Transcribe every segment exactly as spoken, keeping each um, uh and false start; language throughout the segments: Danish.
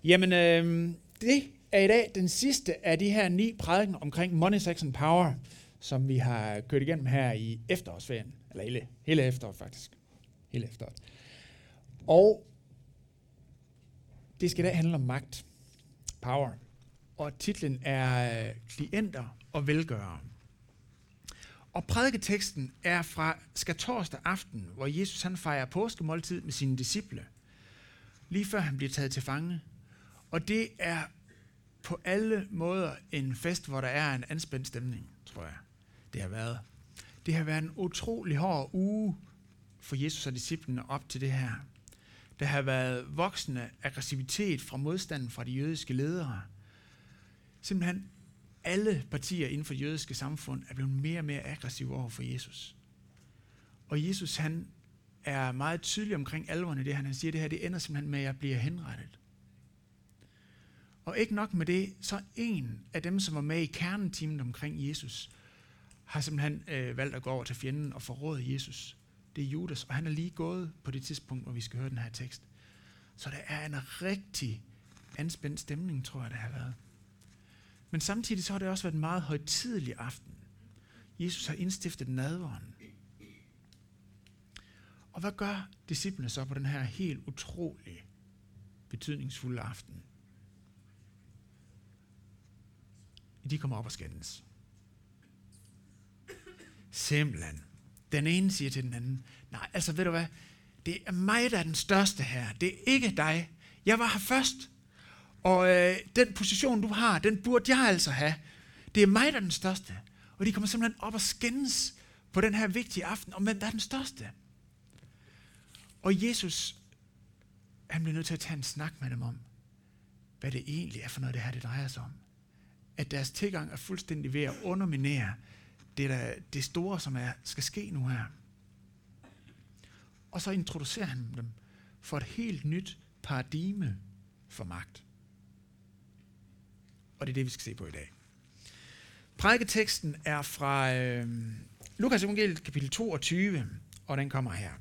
Jamen, øh, det er i dag den sidste af de her ni prædiken omkring Money, Sex and Power, som vi har kørt igennem her i efterårsferien. Eller hele, hele efteråret faktisk. Hele efteråret. Og det skal i dag handle om magt. Power. Og titlen er Klienter og velgørere. Og prædiketeksten er fra skærtorsdag aften, hvor Jesus han fejrer påskemåltid med sine disciple, lige før han bliver taget til fange. Og det er på alle måder en fest, hvor der er en anspændt stemning, tror jeg, det har været. Det har været en utrolig hård uge for Jesus og disciplene op til det her. Der har været voksende aggressivitet fra modstanden fra de jødiske ledere. Simpelthen alle partier inden for det jødiske samfund er blevet mere og mere aggressive over for Jesus. Og Jesus han er meget tydelig omkring alvoren i det, han siger, det her det ender simpelthen med, at jeg bliver henrettet. Og ikke nok med det, så en af dem, som var med i kerneteamet omkring Jesus, har simpelthen øh, valgt at gå over til fjenden og forråde Jesus. Det er Judas, og han er lige gået på det tidspunkt, hvor vi skal høre den her tekst. Så der er en rigtig anspændt stemning, tror jeg, der har været. Men samtidig så har det også været en meget højtidelig aften. Jesus har indstiftet nadveren. Og hvad gør disciplene så på den her helt utrolig betydningsfulde aften? De kommer op og skændes. Simpelthen. Den ene siger til den anden, nej, altså ved du hvad, det er mig, der er den største her. Det er ikke dig. Jeg var her først. Og øh, den position, du har, den burde jeg altså have. Det er mig, der er den største. Og de kommer simpelthen op og skændes på den her vigtige aften, om hvem der er den største. Og Jesus, han bliver nødt til at tage en snak med dem om, hvad det egentlig er for noget, det her det drejer sig om. At deres tilgang er fuldstændig ved at underminere det, der, det store, som er, skal ske nu her. Og så introducerer han dem for et helt nyt paradigme for magt. Og det er det, vi skal se på i dag. Prædiketeksten er fra øh, Lukas evangeliet kapitel toogtyve, og den kommer her.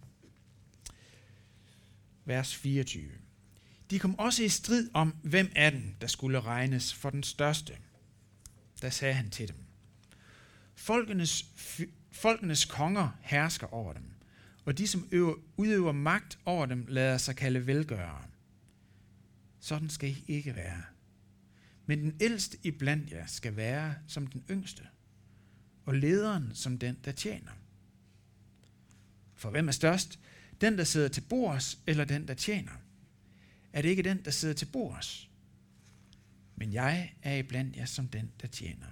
Vers fireogtyve. De kom også i strid om, hvem af dem, der skulle regnes for den største. Der sagde han til dem. Folkenes, folkenes konger hersker over dem, og de, som øver, udøver magt over dem, lader sig kalde velgørere. Sådan skal I ikke være. Men den ældste iblandt jer skal være som den yngste, og lederen som den, der tjener. For hvem er størst? Den, der sidder til bords, eller den, der tjener? Er det ikke den, der sidder til bords? Men jeg er iblandt jer som den, der tjener.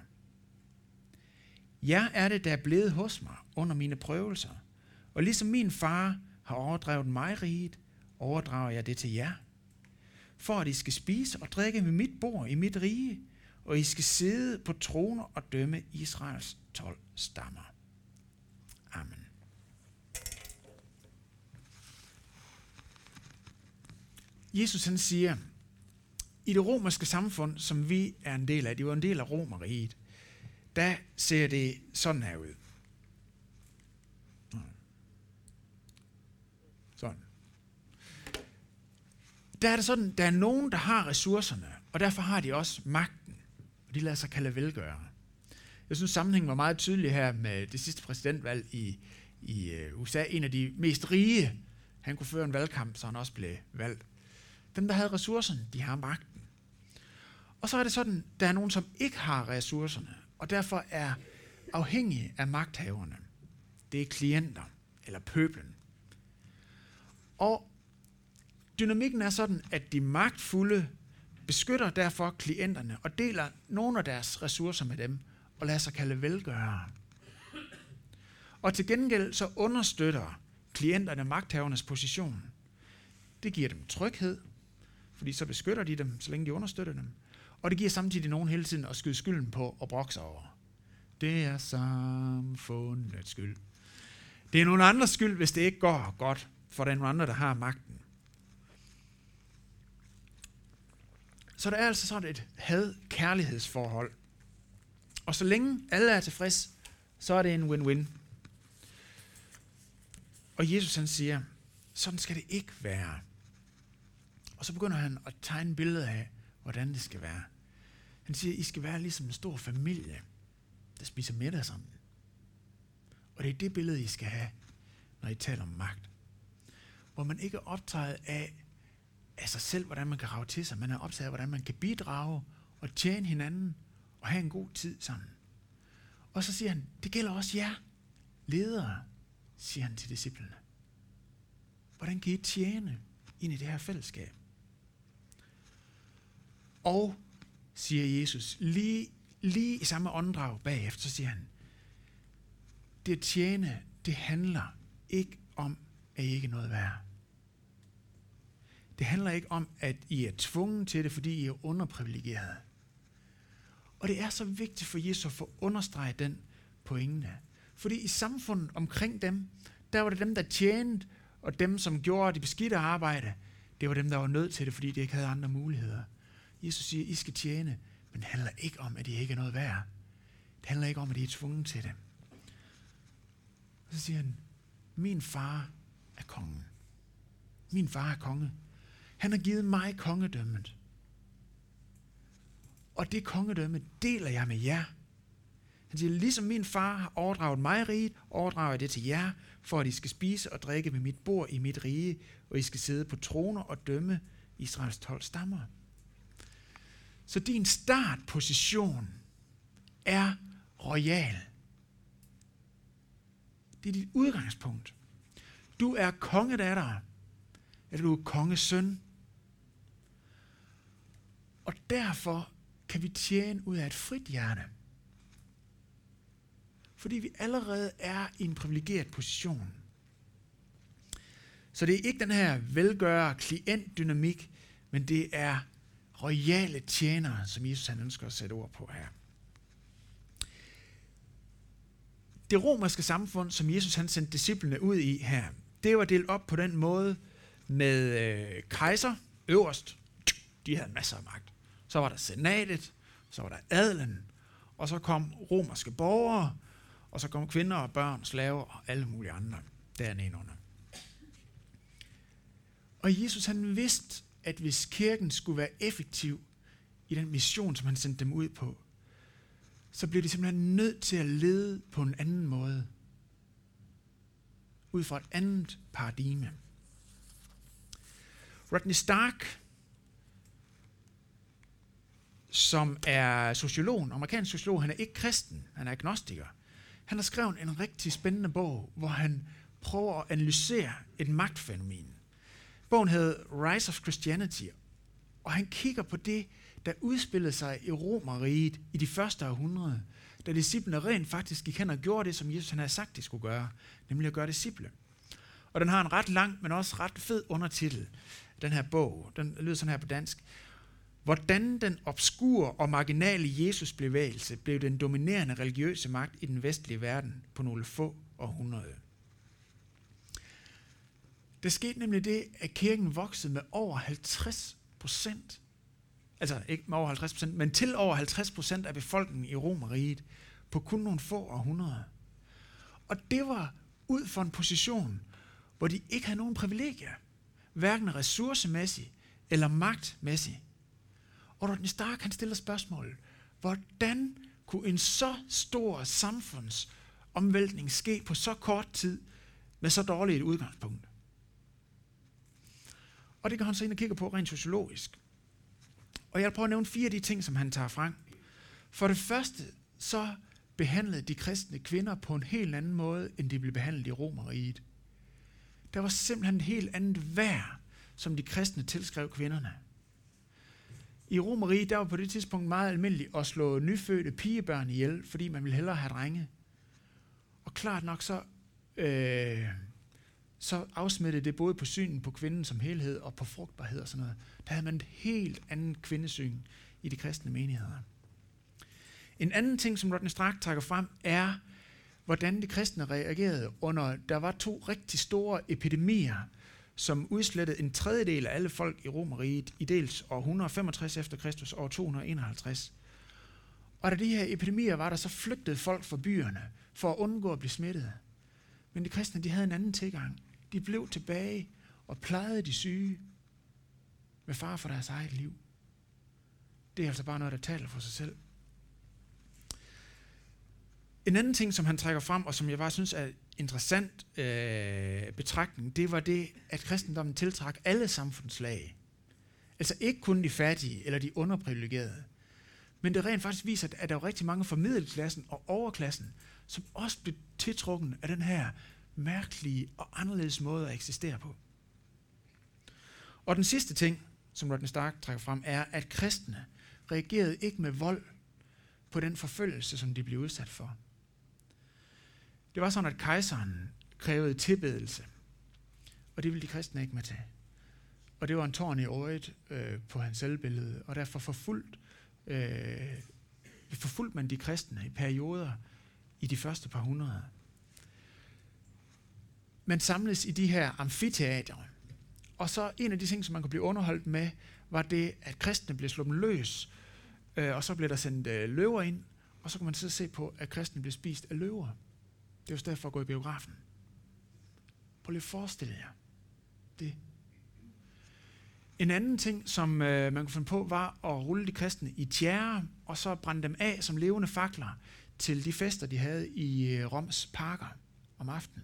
Jeg er det, der er blevet hos mig under mine prøvelser, og ligesom min far har overdrevet mig riget, overdrager jeg det til jer. For at I skal spise og drikke ved mit bord i mit rige, og I skal sidde på troner og dømme Israels tolv stammer. Amen. Jesus han siger, i det romerske samfund, som vi er en del af, det var en del af Romerriget, der ser det sådan her ud. Sådan. Der er det sådan, der er nogen, der har ressourcerne, og derfor har de også magten, og de lader sig kalde velgørere. Jeg synes, sammenhængen var meget tydelig her med det sidste præsidentvalg i, i U S A. En af de mest rige, han kunne føre en valgkamp, så han også blev valgt. Dem, der havde ressourcerne, de har magten. Og så er det sådan, der er nogen, som ikke har ressourcerne, og derfor er afhængige af magthaverne. Det er klienter, eller pøblen. Og dynamikken er sådan, at de magtfulde beskytter derfor klienterne og deler nogle af deres ressourcer med dem og lader sig kalde velgørere. Og til gengæld så understøtter klienterne magthavernes position. Det giver dem tryghed, fordi så beskytter de dem, så længe de understøtter dem. Og det giver samtidig nogen hele tiden at skyde skylden på og brokke sig over. Det er samfundets skyld. Det er nogle andres skyld, hvis det ikke går godt, for der er nogle andre, der har magten. Så der er altså sådan et had-kærlighedsforhold. Og så længe alle er tilfreds, så er det en win-win. Og Jesus han siger, sådan skal det ikke være. Og så begynder han at tegne billeder af, hvordan det skal være. Han siger, I skal være ligesom en stor familie, der spiser middag sammen. Og det er det billede, I skal have, når I taler om magt. Hvor man ikke er optaget af, af sig selv, hvordan man kan rage til sig. Man er optaget af, hvordan man kan bidrage og tjene hinanden og have en god tid sammen. Og så siger han, det gælder også jer, ledere, siger han til disciplene. Hvordan kan I tjene ind i det her fællesskab? Og, siger Jesus, lige, lige i samme åndedrag bagefter, så siger han, det at tjene, det handler ikke om, at I ikke er noget værd. Det handler ikke om, at I er tvunget til det, fordi I er underprivilegerede. Og det er så vigtigt for Jesus at få understreget den pointe. Fordi i samfundet omkring dem, der var det dem, der tjente, og dem, som gjorde det beskidte arbejde, det var dem, der var nødt til det, fordi de ikke havde andre muligheder. Jesus siger, I skal tjene, men det handler ikke om, at I ikke er noget værd. Det handler ikke om, at I er tvunget til det. Og så siger han, min far er kongen. Min far er konge. Han har givet mig kongedømmet. Og det kongedømme deler jeg med jer. Han siger, ligesom min far har overdraget mig riget, overdrager jeg det til jer, for at I skal spise og drikke ved mit bord i mit rige, og I skal sidde på troner og dømme Israels tolv stammer. Så din startposition er royal. Det er dit udgangspunkt. Du er kongedatter, eller du er kongesøn. Og derfor kan vi tjene ud af et frit hjerte. Fordi vi allerede er i en privilegeret position. Så det er ikke den her velgører klientdynamik, men det er royale tjenere, som Jesus han ønsker at sætte ord på her. Det romerske samfund, som Jesus han sendte disciplene ud i her, det var delt op på den måde med øh, kejser øverst. De havde masser af magt. Så var der senatet, så var der adelen, og så kom romerske borgere, og så kom kvinder og børn, slaver og alle mulige andre dernede under. Og Jesus han vidste, at hvis kirken skulle være effektiv i den mission, som han sendte dem ud på, så blev de simpelthen nødt til at lede på en anden måde. Ud fra et andet paradigme. Rodney Stark, som er sociolog, amerikansk sociolog, han er ikke kristen, han er agnostiker. Han har skrevet en rigtig spændende bog, hvor han prøver at analysere et magtfænomen. Bogen hedder Rise of Christianity, og han kigger på det, der udspillede sig i Romerriget i de første århundrede, da disciplene rent faktisk gik hen og gjorde det, som Jesus han havde sagt, de skulle gøre, nemlig at gøre disciple. Og den har en ret lang, men også ret fed undertitel, den her bog. Den lyder sådan her på dansk. Hvordan den obskure og marginale Jesusbevægelse blev den dominerende religiøse magt i den vestlige verden på nogle få århundrede. Der skete nemlig det, at kirken voksede med over halvtreds procent, altså ikke med over halvtreds procent, men til over halvtreds procent af befolkningen i Romerriget på kun nogle få århundreder. Og det var ud fra en position, hvor de ikke havde nogen privilegier, hverken ressourcemæssigt eller magtmæssigt. Og Rodney Stark han stiller spørgsmålet, hvordan kunne en så stor samfundsomvæltning ske på så kort tid med så dårligt et udgangspunkt? Og det kan han så ind og kigge på rent sociologisk. Og jeg vil prøve at nævne fire af de ting, som han tager frem. For det første, så behandlede de kristne kvinder på en helt anden måde, end de blev behandlet i Romerriget. Der var simpelthen et helt andet værd, som de kristne tilskrev kvinderne. I Romerriget, der var på det tidspunkt meget almindeligt at slå nyfødte pigebørn ihjel, fordi man ville hellere have drenge. Og klart nok så, øh, så afsmittede det både på synen på kvinden som helhed og på frugtbarhed og sådan noget. Der havde man et helt andet kvindesyn i de kristne menigheder. En anden ting, som Rodney Stark trækker frem, er, hvordan de kristne reagerede under, der var to rigtig store epidemier, som udslettede en tredjedel af alle folk i Romerriget i dels år et hundrede og femogtres efter Kristus og år to hundrede og enoghalvtreds. Og da de her epidemier var der, så flygtede folk fra byerne for at undgå at blive smittet. Men de kristne, de havde en anden tilgang. De blev tilbage og plejede de syge. med fare for deres eget liv. Det er altså bare noget, der taler for sig selv. En anden ting, som han trækker frem, og som jeg bare synes er interessant øh, betragtning, det var det, at kristendommen tiltrak alle samfundslag. Altså ikke kun de fattige eller de underprivilegerede, men det rent faktisk viser, at der er rigtig mange fra middelklassen og overklassen, som også blev tiltrukken af den her mærkelige og anderledes måde at eksistere på. Og den sidste ting, som Rodney Stark trækker frem, er, at kristne reagerede ikke med vold på den forfølgelse, som de blev udsat for. Det var sådan, at kejseren krævede tilbedelse, og det ville de kristne ikke med til. Og det var en tårn i øjet øh, på hans selvbillede, og derfor forfulgt, øh, forfulgte man de kristne i perioder i de første par hundrede. Man samledes i de her amfiteatre, og så en af de ting, som man kunne blive underholdt med, var det, at kristne blev sluppet løs, øh, og så blev der sendt øh, løver ind, og så kunne man så se på, at kristne blev spist af løver. Det var i stedet for at gå i biografen. Prøv lige at forestille jer det. En anden ting, som øh, man kunne finde på, var at rulle de kristne i tjære, og så brænde dem af som levende fakler til de fester, de havde i øh, Roms parker om aftenen.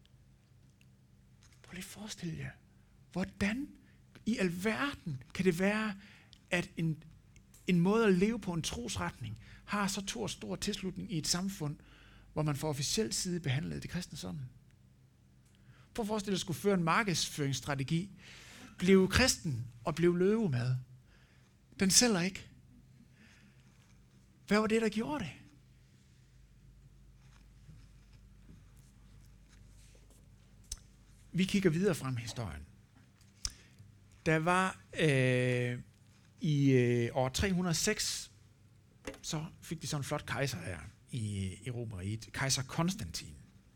Prøv lige at forestille jer, hvordan i alverden kan det være, at en, en måde at leve på, en trosretning, har så stor stor tilslutning i et samfund, hvor man fra officiel side behandlede de kristne sådan. Prøv at forestille dig at skulle føre en markedsføringsstrategi, blev kristen og blev løvemad. Den sælger ikke. Hvad var det, der gjorde det? Vi kigger videre frem i historien. Der var øh, i øh, år tre hundrede og seks, så fik de sådan en flot kejser her i, i Romeriet, kejser Konstantin.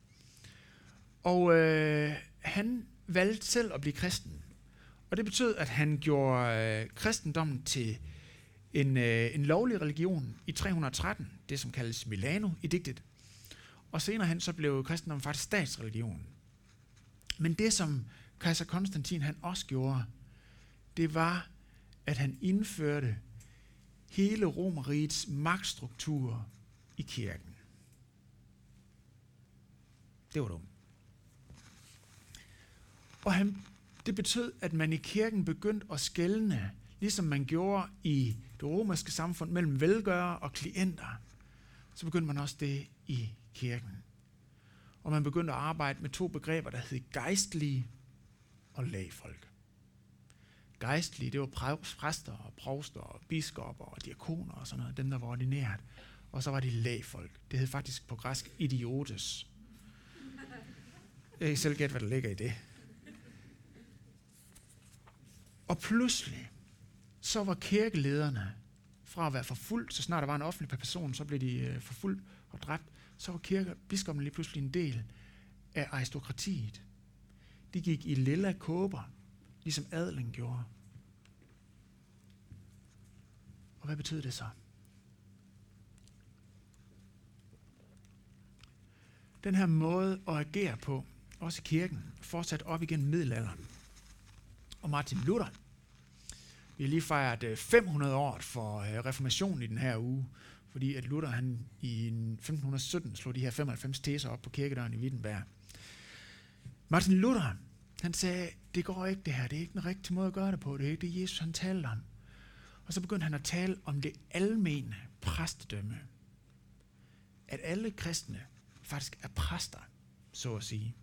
Og øh, han valgte selv at blive kristen. Og det betød, at han gjorde øh, kristendommen til en, øh, en lovlig religion i tre hundrede og tretten, det som kaldes Milano-ediktet. Og senere hen så blev kristendommen faktisk statsreligion. Men det, som kejser Konstantin han også gjorde, det var, at han indførte hele Romerrigets magtstruktur i kirken. Det var dumt. Og han, det betød, at man i kirken begyndte at skelne, ligesom man gjorde i det romerske samfund, mellem velgørere og klienter. Så begyndte man også det i kirken. Og man begyndte at arbejde med to begreber, der hed gejstlige og lægfolk. Gejstlige, det var præster og provster og biskopper og diakoner og sådan noget, dem der var ordineret. Og så var de lægfolk. Det hed faktisk på græsk idiotes. Jeg kan selv gætte, hvad der ligger i det. Og pludselig, så var kirkelederne fra at være forfulgt, så snart der var en offentlig person, så blev de øh, forfulgt og dræbt, så var kirke, biskoppen lige pludselig en del af aristokratiet. De gik i lilla kåber, ligesom adelen gjorde. Og hvad betød det så? Den her måde at agere på, også i kirken, fortsat op igennem middelalderen. Og Martin Luther, vi har lige fejret fem hundrede år for reformationen i den her uge, fordi at Luther han i femten sytten slog de her femoghalvfems teser op på kirkedøren i Wittenberg. Martin Luther, han sagde, det går ikke det her, det er ikke den rigtige måde at gøre det på, det er ikke det Jesus han talte om. Og så begyndte han at tale om det almene præstedømme. At alle kristne faktisk er præster, så at sige.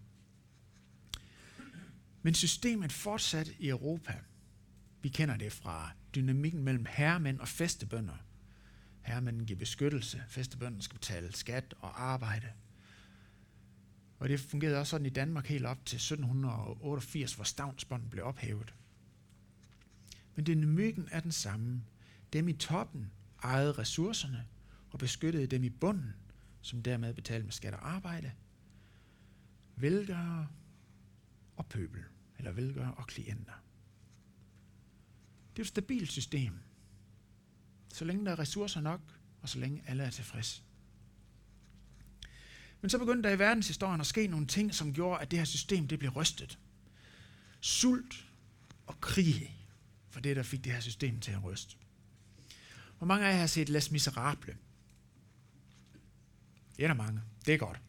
Men systemet fortsatte i Europa. Vi kender det fra dynamikken mellem herremænd og fæstebønder. Herremænden giver beskyttelse, fæstebønderne skal betale skat og arbejde. Og det fungerede også sådan i Danmark helt op til sytten otteogfirs, hvor stavnsbåndet blev ophævet. Men dynamikken er den samme. Dem i toppen ejede ressourcerne og beskyttede dem i bunden, som dermed betalte med skat og arbejde. Velgørere og pøbel, eller velgørere og klienter. Det er et stabilt system. Så længe der er ressourcer nok, og så længe alle er tilfreds. Men så begyndte der i verdenshistorien at ske nogle ting, som gjorde, at det her system det blev rystet. Sult og krig for det, der fik det her system til at ryste. Hvor mange af jer har set Les Miserables? Det er der mange. Det er godt.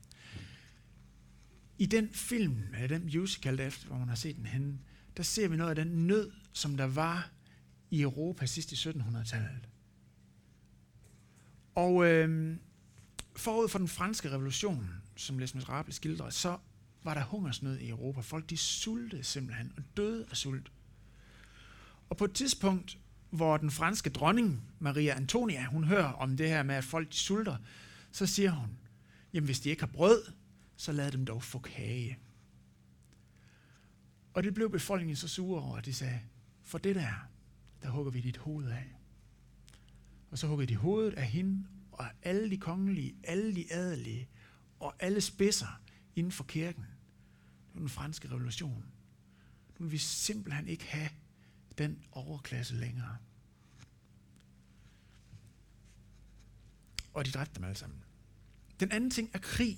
I den film, eller den musical, der efter, hvor man har set den henne, der ser vi noget af den nød, som der var i Europa sidst i syttenhundredetallet. Og øh, forud for den franske revolution, som Les Miserables skildrer, så var der hungersnød i Europa. Folk de sultede simpelthen og døde af sult. Og på et tidspunkt, hvor den franske dronning, Maria Antonia, hun hører om det her med, at folk de sulter, så siger hun, jamen hvis de ikke har brød, så lad dem dog få kage. Og det blev befolkningen så sure over, at de sagde, for det der, der hugger vi dit hoved af. Og så hugger de hovedet af hende, og alle de kongelige, alle de adelige, og alle spidser inden for kirken. Det var den franske revolution. Nu vil vi simpelthen ikke have den overklasse længere. Og de dræbte dem alle sammen. Den anden ting er krig.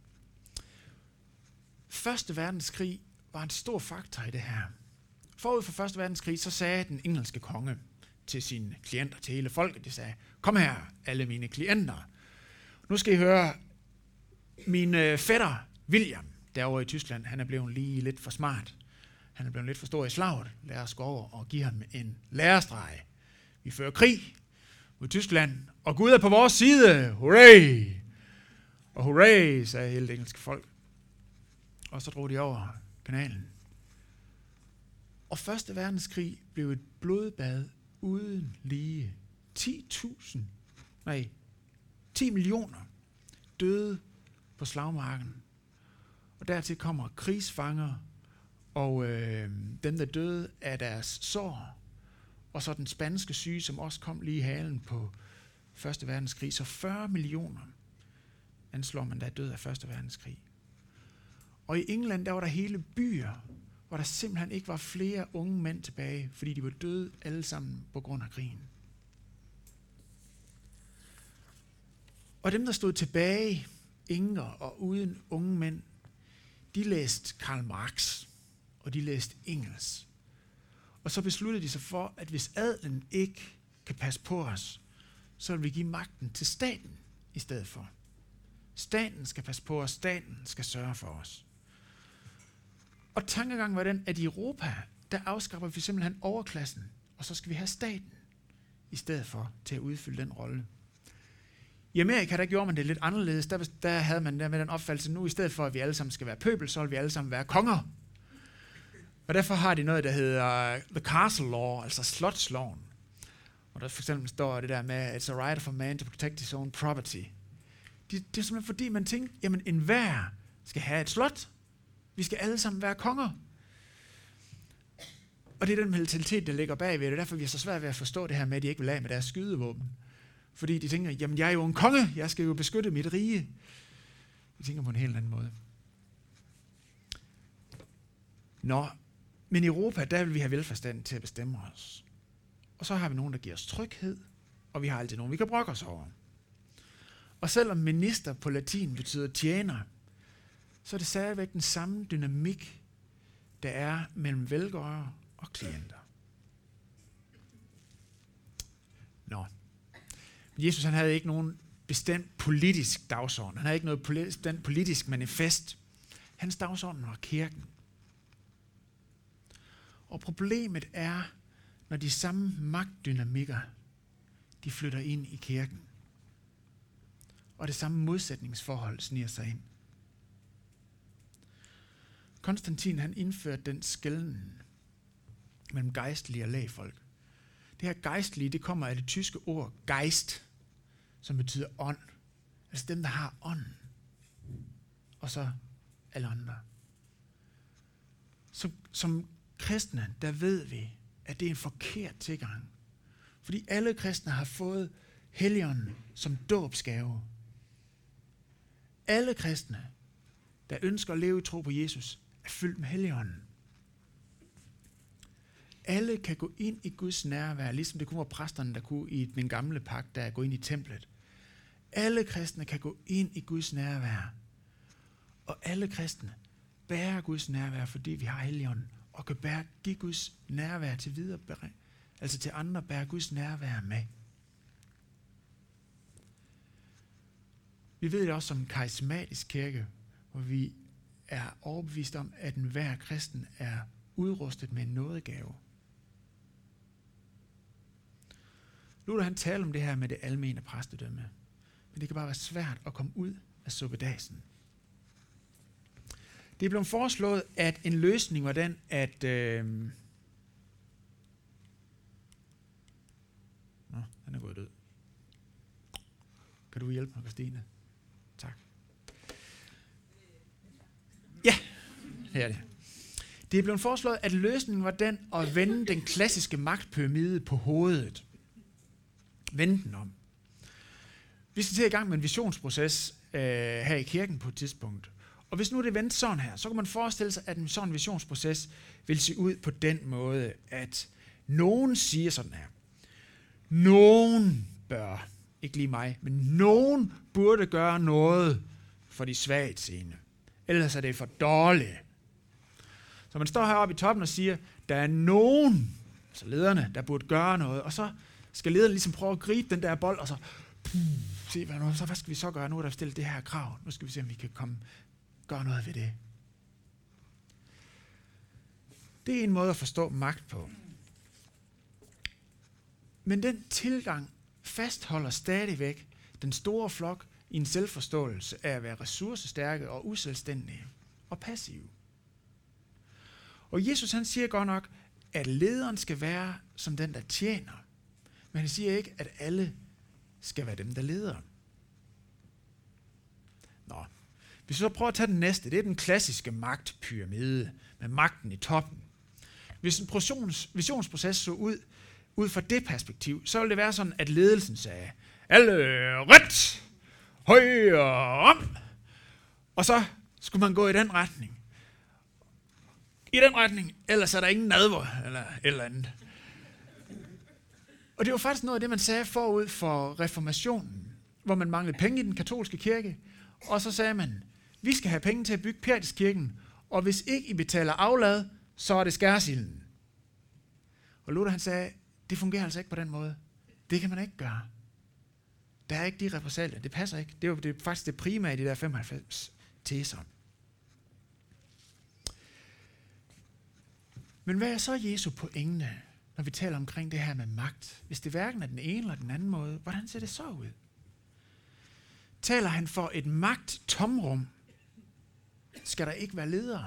Første verdenskrig var en stor faktor i det her. Forud for første verdenskrig, så sagde den engelske konge til sine klienter, til hele folket, de sagde, kom her, alle mine klienter. Nu skal I høre, min fætter, William, derovre i Tyskland, han er blevet lige lidt for smart. Han er blevet lidt for stor i slaget. Lad os gå over og give ham en lærestreg. Vi fører krig mod Tyskland, og Gud er på vores side. Hurray! Og hurray, sagde hele det engelske folk. Og så drog de over kanalen. Og første verdenskrig blev et blodbad uden lige. ti tusind, nej, ti millioner døde på slagmarken. Og dertil kommer krigsfanger og øh, dem, der døde af deres sår. Og så den spanske syge, som også kom lige i halen på første verdenskrig. Så fyrre millioner anslår man, der er død af første verdenskrig. Og i England, der var der hele byer, hvor der simpelthen ikke var flere unge mænd tilbage, fordi de var døde alle sammen på grund af krigen. Og dem, der stod tilbage, enker og uden unge mænd, de læste Karl Marx, og de læste Engels. Og så besluttede de sig for, at hvis adelen ikke kan passe på os, så vil vi give magten til staten i stedet for. Staten skal passe på os, staten skal sørge for os. Og tankegangen var den, at i Europa, der afskaffer vi simpelthen overklassen, og så skal vi have staten i stedet for til at udfylde den rolle. I Amerika, der gjorde man det lidt anderledes. Der, der havde man der med den opfattelse, nu i stedet for, at vi alle sammen skal være pøbel, så vil vi alle sammen være konger. Og derfor har de noget, der hedder The Castle Law, altså slotsloven. Og der for eksempel står det der med, it's a right for man to protect his own property. Det, det er simpelthen fordi, man tænker, jamen enhver skal have et slot. Vi skal alle sammen være konger. Og det er den mentalitet, der ligger bagved. Det er derfor, vi er så svært ved at forstå det her med, at de ikke vil af med deres skydevåben. Fordi de tænker, jamen jeg er jo en konge, jeg skal jo beskytte mit rige. De tænker på en helt anden måde. Nå, men i Europa, der vil vi have velforstand til at bestemme os. Og så har vi nogen, der giver os tryghed, og vi har altid nogen, vi kan brokke os over. Og selvom minister på latin betyder tjener, så er det stadigvæk den samme dynamik, der er mellem velgørere og klienter. Nå. Jesus han havde ikke nogen bestemt politisk dagsorden. Han havde ikke noget bestemt politisk manifest. Hans dagsorden var kirken. Og problemet er, når de samme magtdynamikker, de flytter ind i kirken. Og det samme modsætningsforhold sniger sig ind. Konstantin han indførte den skelnen mellem gejstlige og lægfolk. Det her gejstlige, det kommer af det tyske ord geist, som betyder ånd. Altså dem, der har ånden. Og så alle andre. Som, som kristne, der ved vi, at det er en forkert tilgang. Fordi alle kristne har fået Helligånden som dåbsgave. Alle kristne, der ønsker at leve i tro på Jesus, er fyldt med Helligånden. Alle kan gå ind i Guds nærvær, ligesom det kun var præsterne, der kunne i den gamle pagt, der gå ind i templet. Alle kristne kan gå ind i Guds nærvær. Og alle kristne bærer Guds nærvær, fordi vi har Helligånden, og kan bære, give Guds nærvær til videre altså til andre, bærer Guds nærvær med. Vi ved det også som en karismatisk kirke, hvor vi er overbevist om, at enhver kristen er udrustet med en nådegave. Luther han taler om det her med det almene præstedømme, men det kan bare være svært at komme ud af suppedasen. Det er blevet foreslået, at en løsning var den, at øh... Nå, den er gået død. Kan du hjælpe mig, Christine? Tak. Ja, her er det. Det er blevet foreslået, at løsningen var den at vende den klassiske magtpyramide på hovedet. Vende den om. Vi skal til i gang med en visionsproces øh, her i kirken på et tidspunkt. Og hvis nu det vendte sådan her, så kan man forestille sig, at en sådan visionsproces vil se ud på den måde, at nogen siger sådan her. Nogen bør, ikke lige mig, men nogen burde gøre noget for de svagtseende. Ellers er det for dårligt. Så man står heroppe i toppen og siger, der er nogen, altså lederne, der burde gøre noget, og så skal lederne ligesom prøve at gribe den der bold, og så, puh, se hvad nu, så hvad skal vi så gøre nu, der stillet det her krav? Nu skal vi se, om vi kan komme, gøre noget ved det. Det er en måde at forstå magt på. Men den tilgang fastholder stadigvæk den store flok i en selvforståelse af at være ressourcestærke og uselvstændige og passive. Og Jesus han siger godt nok, at lederen skal være som den, der tjener. Men han siger ikke, at alle skal være dem, der leder. Nå, hvis vi så prøver at tage den næste, det er den klassiske magtpyramide med magten i toppen. Hvis en visionsproces så ud, ud fra det perspektiv, så ville det være sådan, at ledelsen sagde, alle ret, højre om, og så skulle man gå i den retning. I den retning, ellers er der ingen nadver, eller eller andet. Og det var faktisk noget af det, man sagde forud for reformationen, hvor man manglede penge i den katolske kirke, og så sagde man, vi skal have penge til at bygge Pærdiskirken, og hvis ikke I betaler aflad, så er det skærsilden. Og Luther han sagde, det fungerer altså ikke på den måde. Det kan man ikke gøre. Der er ikke de repræsalier. Det passer ikke. Det er jo det, faktisk det primære i de der femoghalvfems teser. Men hvad er så Jesu pointe, når vi taler omkring det her med magt? Hvis det hverken er den ene eller den anden måde, hvordan ser det så ud? Taler han for et magt-tomrum? Skal der ikke være ledere?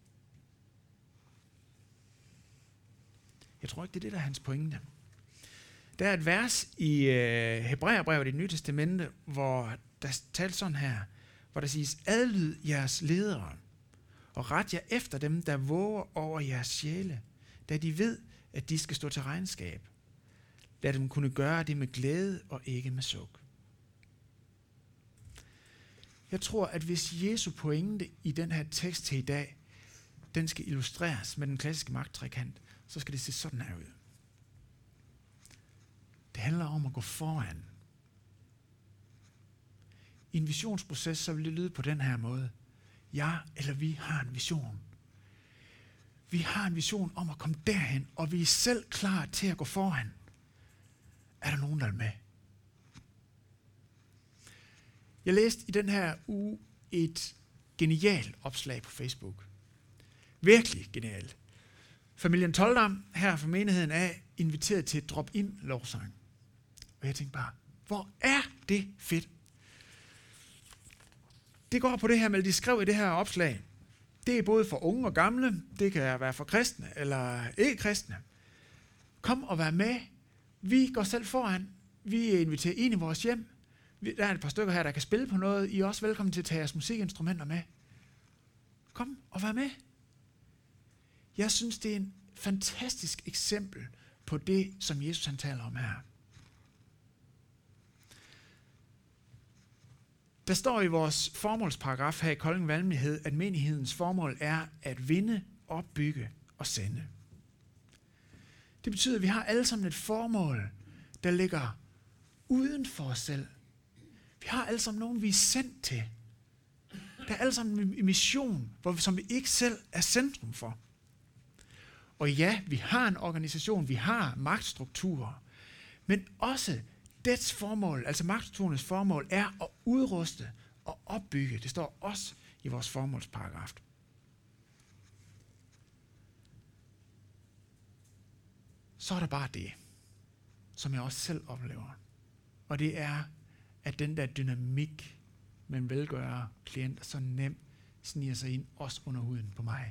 Jeg tror ikke, det er det, der er hans pointe. Der er et vers i øh, Hebræerbrevet i Det Nye Testamente, hvor der tales sådan her, hvor der siges, adlyd jeres ledere, og ret jer efter dem, der våger over jeres sjæle, da de ved, at de skal stå til regnskab. Lad dem kunne gøre det med glæde og ikke med suk. Jeg tror, at hvis Jesu pointe i den her tekst til i dag, den skal illustreres med den klassiske magttrekant, så skal det se sådan her ud. Det handler om at gå foran. I en visionsproces, så vil det lyde på den her måde. Jeg eller vi har en vision. Vi har en vision om at komme derhen, og vi er selv klar til at gå foran. Er der nogen, der er med? Jeg læste i den her uge et genialt opslag på Facebook. Virkelig genialt. Familien Toldam her fra menigheden er inviteret til et drop-in lovsang. Og jeg tænkte bare, hvor er det fedt? Det går på det her med, de skrev i det her opslag. Det er både for unge og gamle. Det kan være for kristne eller ikke kristne. Kom og vær med. Vi går selv foran. Vi er inviteret ind i vores hjem. Der er et par stykker her, der kan spille på noget. I er også velkommen til at tage jeres musikinstrumenter med. Kom og vær med. Jeg synes, det er en fantastisk eksempel på det, som Jesus han taler om her. Der står i vores formålsparagraf her i Kolding Valgmenighed, at menighedens formål er at vinde, opbygge og sende. Det betyder, at vi har alle sammen et formål, der ligger uden for os selv. Vi har alle sammen nogen, vi er sendt til. Der er alle sammen en mission, hvor vi, som vi ikke selv er centrum for. Og ja, vi har en organisation, vi har magtstrukturer, men også dets formål, altså magtstrukturernes formål, er at udruste og opbygge. Det står også i vores formålsparagraf. Så er der bare det, som jeg også selv oplever. Og det er, at den der dynamik mellem velgører og klienter så nemt sniger sig ind, også under huden på mig.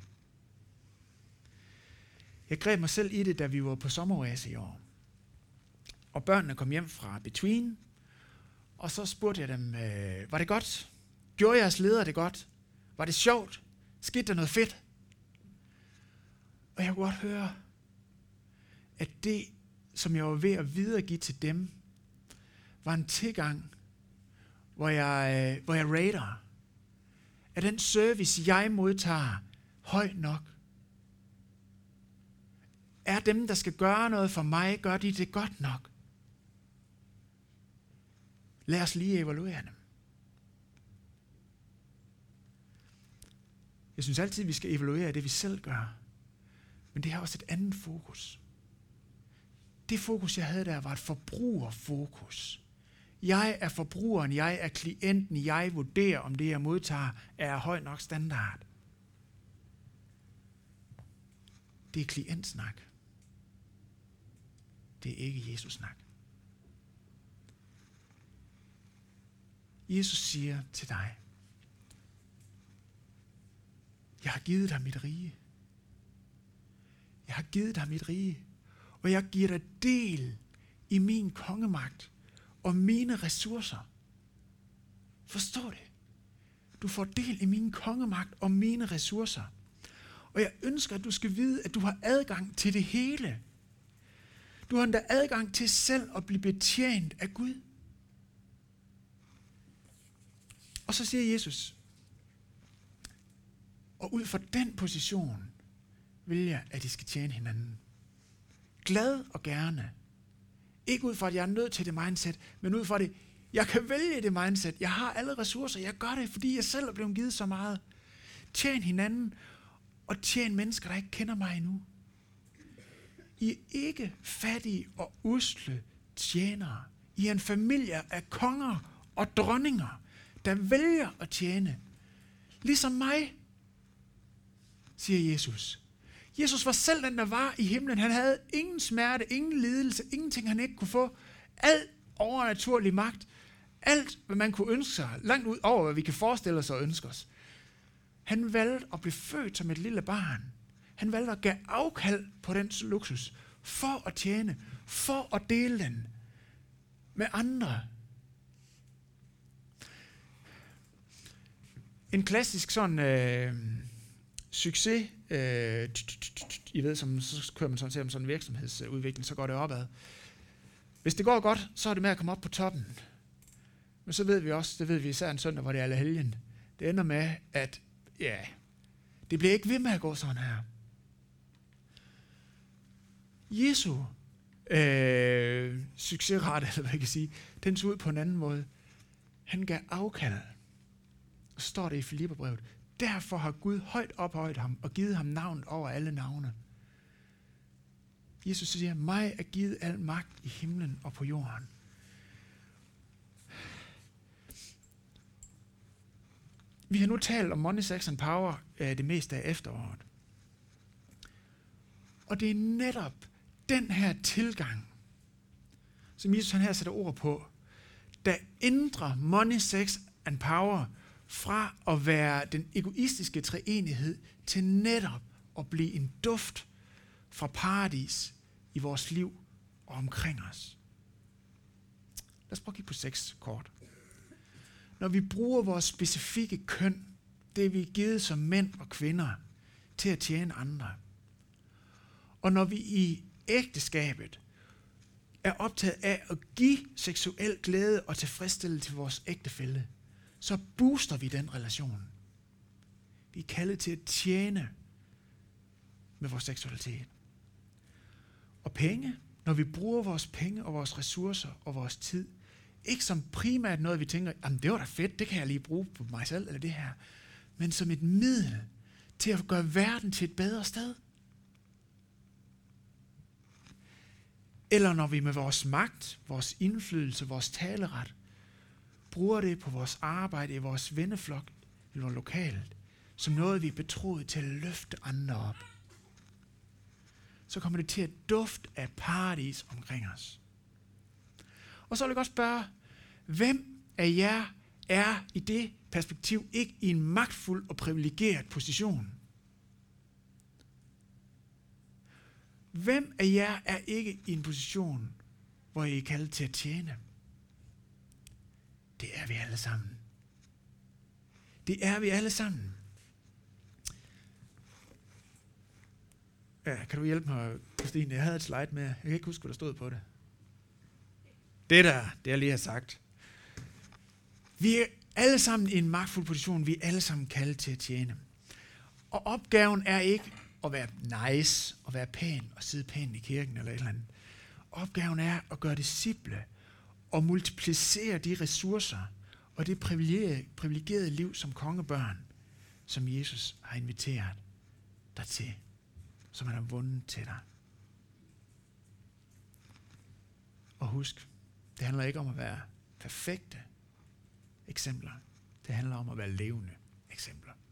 Jeg greb mig selv i det, da vi var på sommeroase i år. Og børnene kom hjem fra Between, og så spurgte jeg dem, øh, var det godt? Gjorde jeres leder det godt? Var det sjovt? Skete der noget fedt? Og jeg kunne godt høre, at det, som jeg var ved at videregive til dem, var en tilgang, hvor jeg, øh, hvor jeg rater, at den service, jeg modtager, høj nok. Er dem, der skal gøre noget for mig, gør de det godt nok? Lad os lige evaluere dem. Jeg synes altid, vi skal evaluere det, vi selv gør. Men det har også et andet fokus. Det fokus, jeg havde der, var et forbrugerfokus. Jeg er forbrugeren, jeg er klienten, jeg vurderer, om det, jeg modtager, er høj nok standard. Det er klientsnak. Det er ikke Jesus-snak. Jesus siger til dig, jeg har givet dig mit rige. Jeg har givet dig mit rige, og jeg giver dig del i min kongemagt og mine ressourcer. Forstår det? Du får del i min kongemagt og mine ressourcer. Og jeg ønsker, at du skal vide, at du har adgang til det hele. Du har endda adgang til selv at blive betjent af Gud. Og så siger Jesus, og ud fra den position vil jeg, at I skal tjene hinanden. Glad og gerne. Ikke ud fra, at jeg er nødt til det mindset, men ud fra det, jeg kan vælge det mindset. Jeg har alle ressourcer, jeg gør det, fordi jeg selv er blevet givet så meget. Tjen hinanden, og tjen mennesker, der ikke kender mig endnu. I er ikke fattige og usle tjenere. I er en familie af konger og dronninger, der vælger at tjene. Ligesom mig, siger Jesus. Jesus var selv den, der var i himlen. Han havde ingen smerte, ingen lidelse, ingenting han ikke kunne få. Alt overnaturlig magt. Alt, hvad man kunne ønske sig. Langt ud over, hvad vi kan forestille os og ønske os. Han valgte at blive født som et lille barn. Han valgte at give afkald på den luksus. For at tjene. For at dele den med andre. En klassisk sådan øh, succes, øh, I ved, som, så kører man sådan til om sådan en virksomhedsudvikling, så går det opad. Hvis det går godt, så er det med at komme op på toppen. Men så ved vi også, det ved vi især en søndag, hvor det er alle helgen. Det ender med, at ja, det bliver ikke ved med at gå sådan her. Jesu øh, succesrate, eller hvad jeg kan sige, den så ud på en anden måde. Han gav afkald. Og så står det i Filipperbrevet. Derfor har Gud højt ophøjet ham og givet ham navnet over alle navne. Jesus siger, mig er givet al magt i himlen og på jorden. Vi har nu talt om Money, Sex and Power det meste af efteråret. Og det er netop den her tilgang, som Jesus han her sætter ord på, der ændrer Money, Sex and Power fra at være den egoistiske treenighed til netop at blive en duft fra paradis i vores liv og omkring os. Lad os prøve at kigge på sex kort. Når vi bruger vores specifikke køn, det vi er givet som mænd og kvinder, til at tjene andre. Og når vi i ægteskabet er optaget af at give seksuel glæde og tilfredsstillelse til vores ægtefælle, så booster vi den relation. Vi er kaldet til at tjene med vores seksualitet. Og penge, når vi bruger vores penge og vores ressourcer og vores tid, ikke som primært noget, vi tænker, jamen det var da fedt, det kan jeg lige bruge på mig selv, eller det her, men som et middel til at gøre verden til et bedre sted. eller når vi med vores magt, vores indflydelse, vores taleret, bruger det på vores arbejde, i vores venneflok, eller lokalt, som noget, vi er betroet til at løfte andre op, så kommer det til at dufte af paradis omkring os. Og så vil jeg godt spørge, hvem af jer er i det perspektiv ikke i en magtfuld og privilegeret position? Hvem af jer er ikke i en position, hvor I er kaldet til at tjene? Det er vi alle sammen. Det er vi alle sammen. Ja, kan du hjælpe mig, Christine? Jeg havde et slide med. Jeg kan ikke huske, hvad der stod på det. Det der, det jeg lige har sagt. Vi er alle sammen i en magtfuld position. Vi er alle sammen kaldet til at tjene. Og opgaven er ikke at være nice, og være pæn, og sidde pænt i kirken eller et eller andet. Opgaven er at gøre disciple, og multiplicere de ressourcer, og det privilegerede liv som kongebørn, som Jesus har inviteret dig til, som han har vundet til dig. Og husk, det handler ikke om at være perfekte eksempler. Det handler om at være levende eksempler.